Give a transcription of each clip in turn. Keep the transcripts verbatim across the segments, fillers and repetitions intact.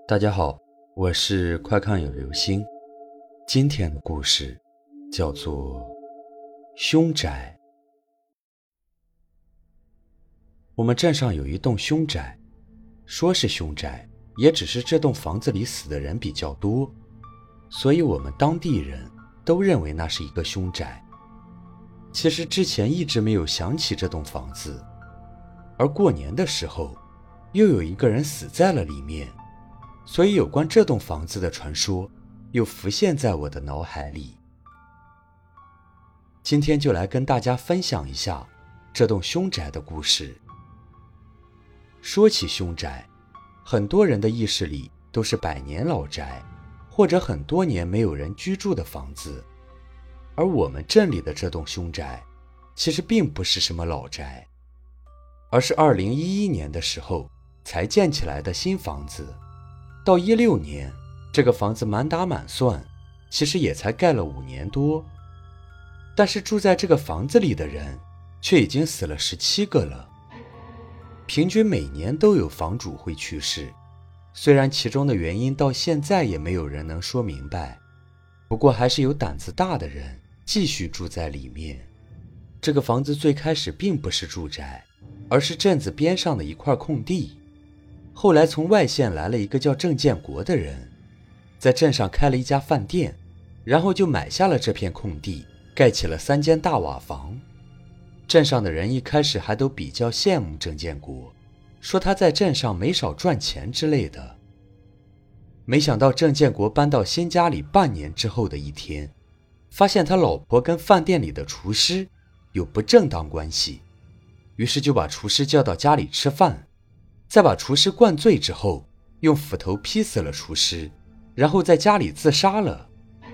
大家好，我是快看有流星。今天的故事叫做凶宅。我们镇上有一栋凶宅，说是凶宅，也只是这栋房子里死的人比较多，所以我们当地人都认为那是一个凶宅。其实之前一直没有想起这栋房子，而过年的时候又有一个人死在了里面，所以有关这栋房子的传说又浮现在我的脑海里。今天就来跟大家分享一下这栋凶宅的故事。说起凶宅，很多人的意识里都是百年老宅，或者很多年没有人居住的房子。而我们镇里的这栋凶宅其实并不是什么老宅，而是二零一一年的时候才建起来的新房子。到一六年，这个房子满打满算其实也才盖了五年多，但是住在这个房子里的人却已经死了十七个了。平均每年都有房主会去世，虽然其中的原因到现在也没有人能说明白，不过还是有胆子大的人继续住在里面。这个房子最开始并不是住宅，而是镇子边上的一块空地。后来从外县来了一个叫郑建国的人，在镇上开了一家饭店，然后就买下了这片空地，盖起了三间大瓦房。镇上的人一开始还都比较羡慕郑建国，说他在镇上没少赚钱之类的。没想到郑建国搬到新家里半年之后的一天，发现他老婆跟饭店里的厨师有不正当关系，于是就把厨师叫到家里吃饭，在把厨师灌醉之后，用斧头劈死了厨师，然后在家里自杀了。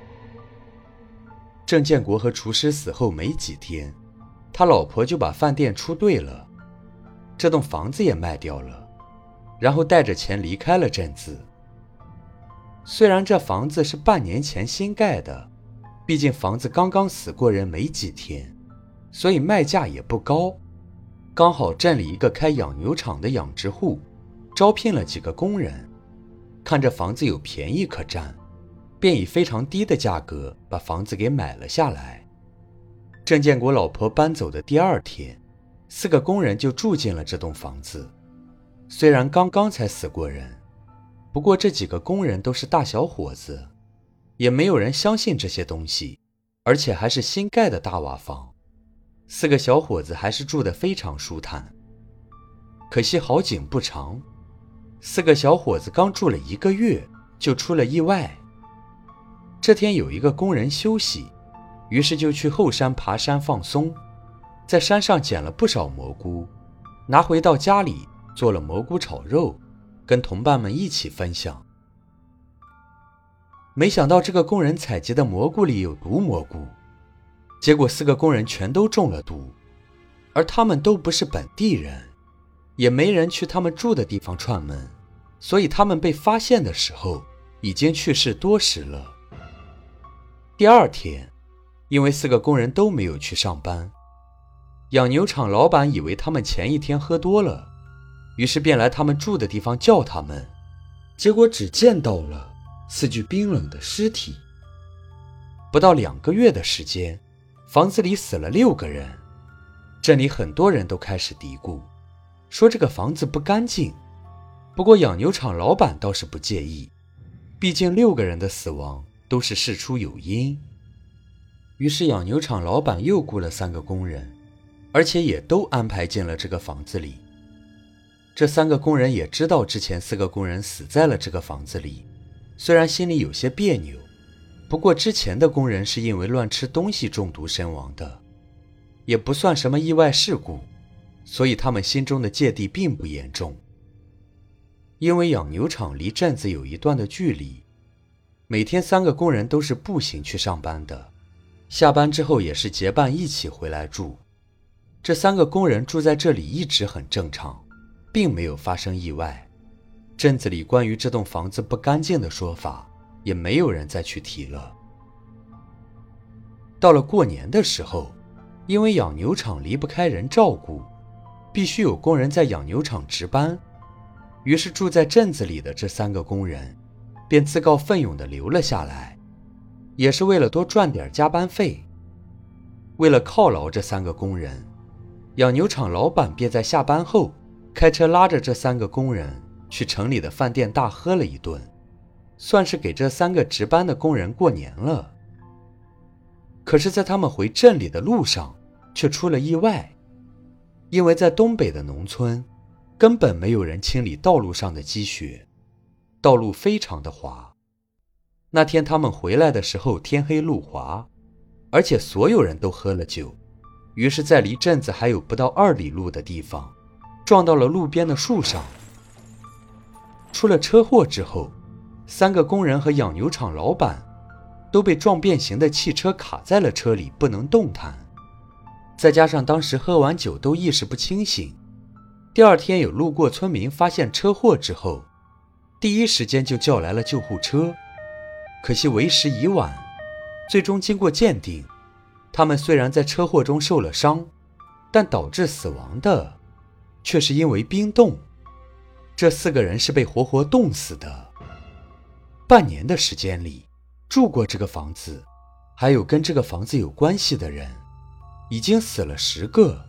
郑建国和厨师死后没几天，他老婆就把饭店出兑了，这栋房子也卖掉了，然后带着钱离开了镇子。虽然这房子是半年前新盖的，毕竟房子刚刚死过人没几天，所以卖价也不高。刚好镇里一个开养牛场的养殖户招聘了几个工人，看这房子有便宜可占，便以非常低的价格把房子给买了下来。郑建国老婆搬走的第二天，四个工人就住进了这栋房子。虽然刚刚才死过人，不过这几个工人都是大小伙子，也没有人相信这些东西，而且还是新盖的大瓦房。四个小伙子还是住得非常舒坦。可惜好景不长，四个小伙子刚住了一个月就出了意外。这天有一个工人休息，于是就去后山爬山放松，在山上捡了不少蘑菇，拿回到家里做了蘑菇炒肉，跟同伴们一起分享。没想到这个工人采集的蘑菇里有毒蘑菇，结果四个工人全都中了毒，而他们都不是本地人，也没人去他们住的地方串门，所以他们被发现的时候已经去世多时了。第二天，因为四个工人都没有去上班，养牛场老板以为他们前一天喝多了，于是便来他们住的地方叫他们，结果只见到了四具冰冷的尸体。不到两个月的时间，房子里死了六个人。镇里很多人都开始嘀咕，说这个房子不干净。不过养牛场老板倒是不介意，毕竟六个人的死亡都是事出有因。于是养牛场老板又雇了三个工人，而且也都安排进了这个房子里。这三个工人也知道之前四个工人死在了这个房子里，虽然心里有些别扭，不过之前的工人是因为乱吃东西中毒身亡的，也不算什么意外事故，所以他们心中的芥蒂并不严重。因为养牛场离镇子有一段的距离，每天三个工人都是步行去上班的，下班之后也是结伴一起回来住。这三个工人住在这里一直很正常，并没有发生意外。镇子里关于这栋房子不干净的说法也没有人再去提了。到了过年的时候，因为养牛场离不开人照顾，必须有工人在养牛场值班， 于是住在镇子里的这三个工人便自告奋勇地留了下来，也是为了多赚点加班费。为了犒劳这三个工人，养牛场老板便在下班后开车拉着这三个工人去城里的饭店大喝了一顿，算是给这三个值班的工人过年了。可是在他们回镇里的路上却出了意外，因为在东北的农村根本没有人清理道路上的积雪，道路非常的滑。那天他们回来的时候天黑路滑，而且所有人都喝了酒，于是在离镇子还有不到二里路的地方撞到了路边的树上。出了车祸之后，三个工人和养牛场老板都被撞变形的汽车卡在了车里，不能动弹。再加上当时喝完酒都意识不清醒，第二天有路过村民发现车祸之后，第一时间就叫来了救护车。可惜为时已晚，最终经过鉴定，他们虽然在车祸中受了伤，但导致死亡的却是因为冰冻。这四个人是被活活冻死的。半年的时间里，住过这个房子还有跟这个房子有关系的人已经死了十个。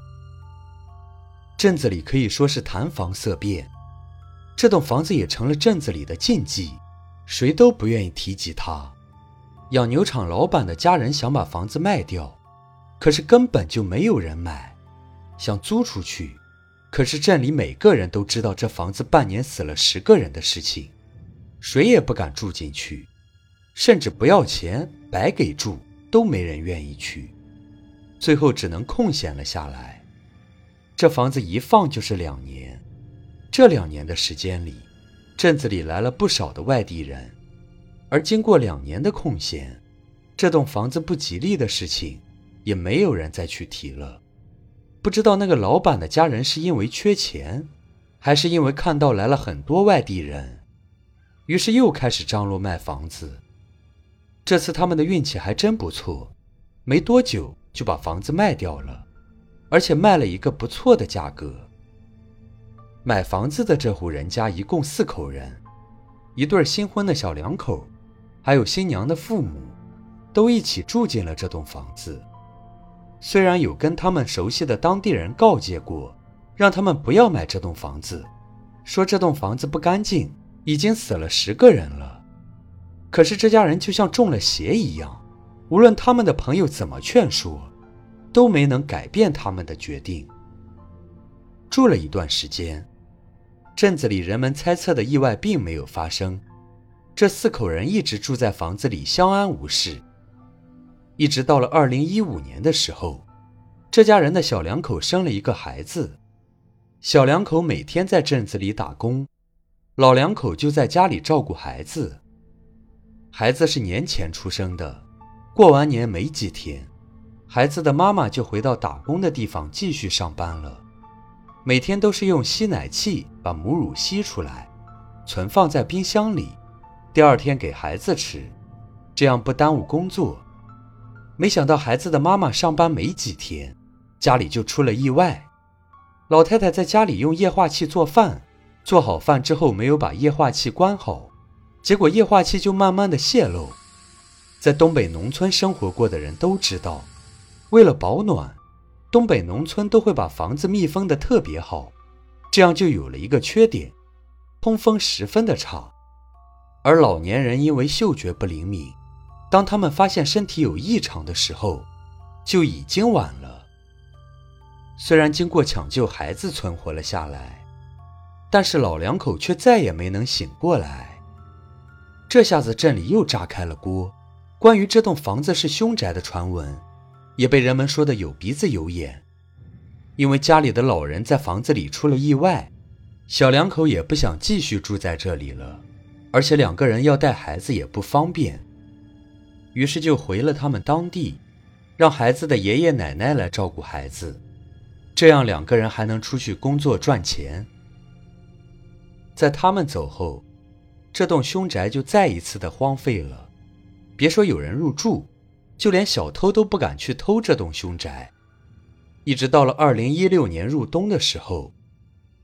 镇子里可以说是谈房色变，这栋房子也成了镇子里的禁忌，谁都不愿意提及它。养牛场老板的家人想把房子卖掉，可是根本就没有人买，想租出去，可是镇里每个人都知道这房子半年死了十个人的事情，谁也不敢住进去，甚至不要钱白给住都没人愿意去，最后只能空闲了下来。这房子一放就是两年，这两年的时间里，镇子里来了不少的外地人，而经过两年的空闲，这栋房子不吉利的事情也没有人再去提了。不知道那个老板的家人是因为缺钱，还是因为看到来了很多外地人，于是又开始张罗卖房子。这次他们的运气还真不错，没多久就把房子卖掉了，而且卖了一个不错的价格。买房子的这户人家一共四口人，一对新婚的小两口，还有新娘的父母，都一起住进了这栋房子。虽然有跟他们熟悉的当地人告诫过，让他们不要买这栋房子，说这栋房子不干净，已经死了十个人了，可是这家人就像中了邪一样，无论他们的朋友怎么劝说，都没能改变他们的决定。住了一段时间，镇子里人们猜测的意外并没有发生，这四口人一直住在房子里相安无事。一直到了二零一五年的时候，这家人的小两口生了一个孩子。小两口每天在镇子里打工，老两口就在家里照顾孩子。孩子是年前出生的，过完年没几天，孩子的妈妈就回到打工的地方继续上班了。每天都是用吸奶器把母乳吸出来，存放在冰箱里，第二天给孩子吃，这样不耽误工作。没想到孩子的妈妈上班没几天，家里就出了意外。老太太在家里用液化气做饭，做好饭之后没有把液化气关好，结果液化气就慢慢的泄漏。在东北农村生活过的人都知道，为了保暖，东北农村都会把房子密封的特别好，这样就有了一个缺点，通风十分的差。而老年人因为嗅觉不灵敏，当他们发现身体有异常的时候，就已经晚了。虽然经过抢救孩子存活了下来，但是老两口却再也没能醒过来。这下子镇里又炸开了锅，关于这栋房子是凶宅的传闻也被人们说得有鼻子有眼。因为家里的老人在房子里出了意外，小两口也不想继续住在这里了，而且两个人要带孩子也不方便，于是就回了他们当地，让孩子的爷爷奶奶来照顾孩子，这样两个人还能出去工作赚钱。在他们走后，这栋凶宅就再一次的荒废了，别说有人入住，就连小偷都不敢去偷这栋凶宅。一直到了二零一六年入冬的时候，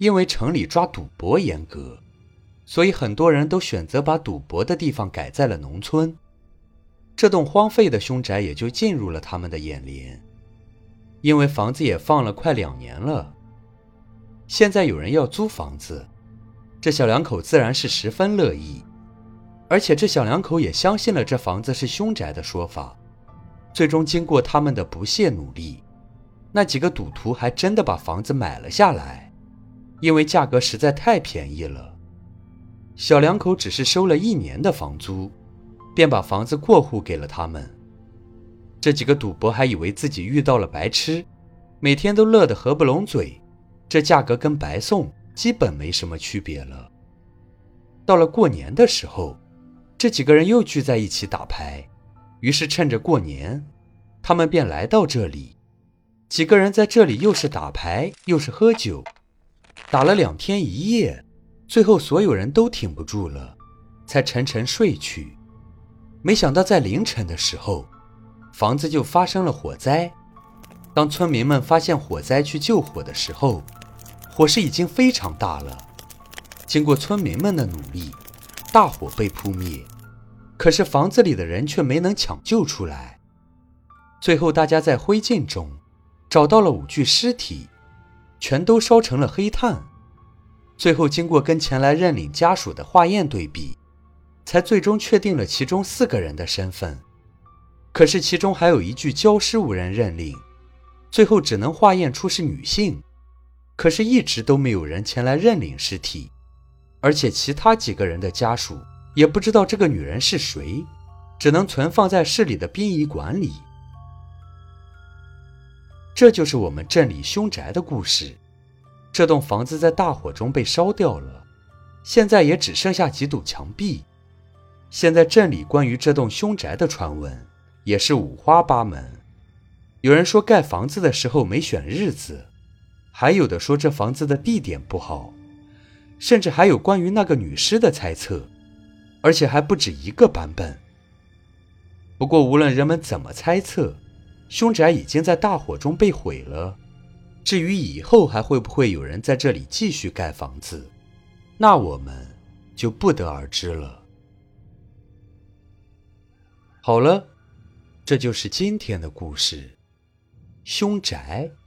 因为城里抓赌博严格，所以很多人都选择把赌博的地方改在了农村。这栋荒废的凶宅也就进入了他们的眼帘。因为房子也放了快两年了，现在有人要租房子，这小两口自然是十分乐意。而且这小两口也相信了这房子是凶宅的说法。最终经过他们的不懈努力，那几个赌徒还真的把房子买了下来，因为价格实在太便宜了。小两口只是收了一年的房租，便把房子过户给了他们。这几个赌博还以为自己遇到了白痴，每天都乐得合不拢嘴，这价格跟白送基本没什么区别了。到了过年的时候，这几个人又聚在一起打牌，于是趁着过年，他们便来到这里。几个人在这里又是打牌又是喝酒，打了两天一夜，最后所有人都挺不住了，才沉沉睡去。没想到在凌晨的时候，房子就发生了火灾。当村民们发现火灾去救火的时候，火势已经非常大了。经过村民们的努力，大火被扑灭，可是房子里的人却没能抢救出来。最后大家在灰烬中找到了五具尸体，全都烧成了黑炭。最后经过跟前来认领家属的化验对比，才最终确定了其中四个人的身份。可是其中还有一具焦尸无人认领，最后只能化验出是女性。可是一直都没有人前来认领尸体，而且其他几个人的家属也不知道这个女人是谁，只能存放在市里的殡仪馆里。这就是我们镇里凶宅的故事。这栋房子在大火中被烧掉了，现在也只剩下几堵墙壁。现在镇里关于这栋凶宅的传闻也是五花八门，有人说盖房子的时候没选日子，还有的说这房子的地点不好，甚至还有关于那个女尸的猜测，而且还不止一个版本。不过无论人们怎么猜测，凶宅已经在大火中被毁了。至于以后还会不会有人在这里继续盖房子，那我们就不得而知了。好了，这就是今天的故事，凶宅。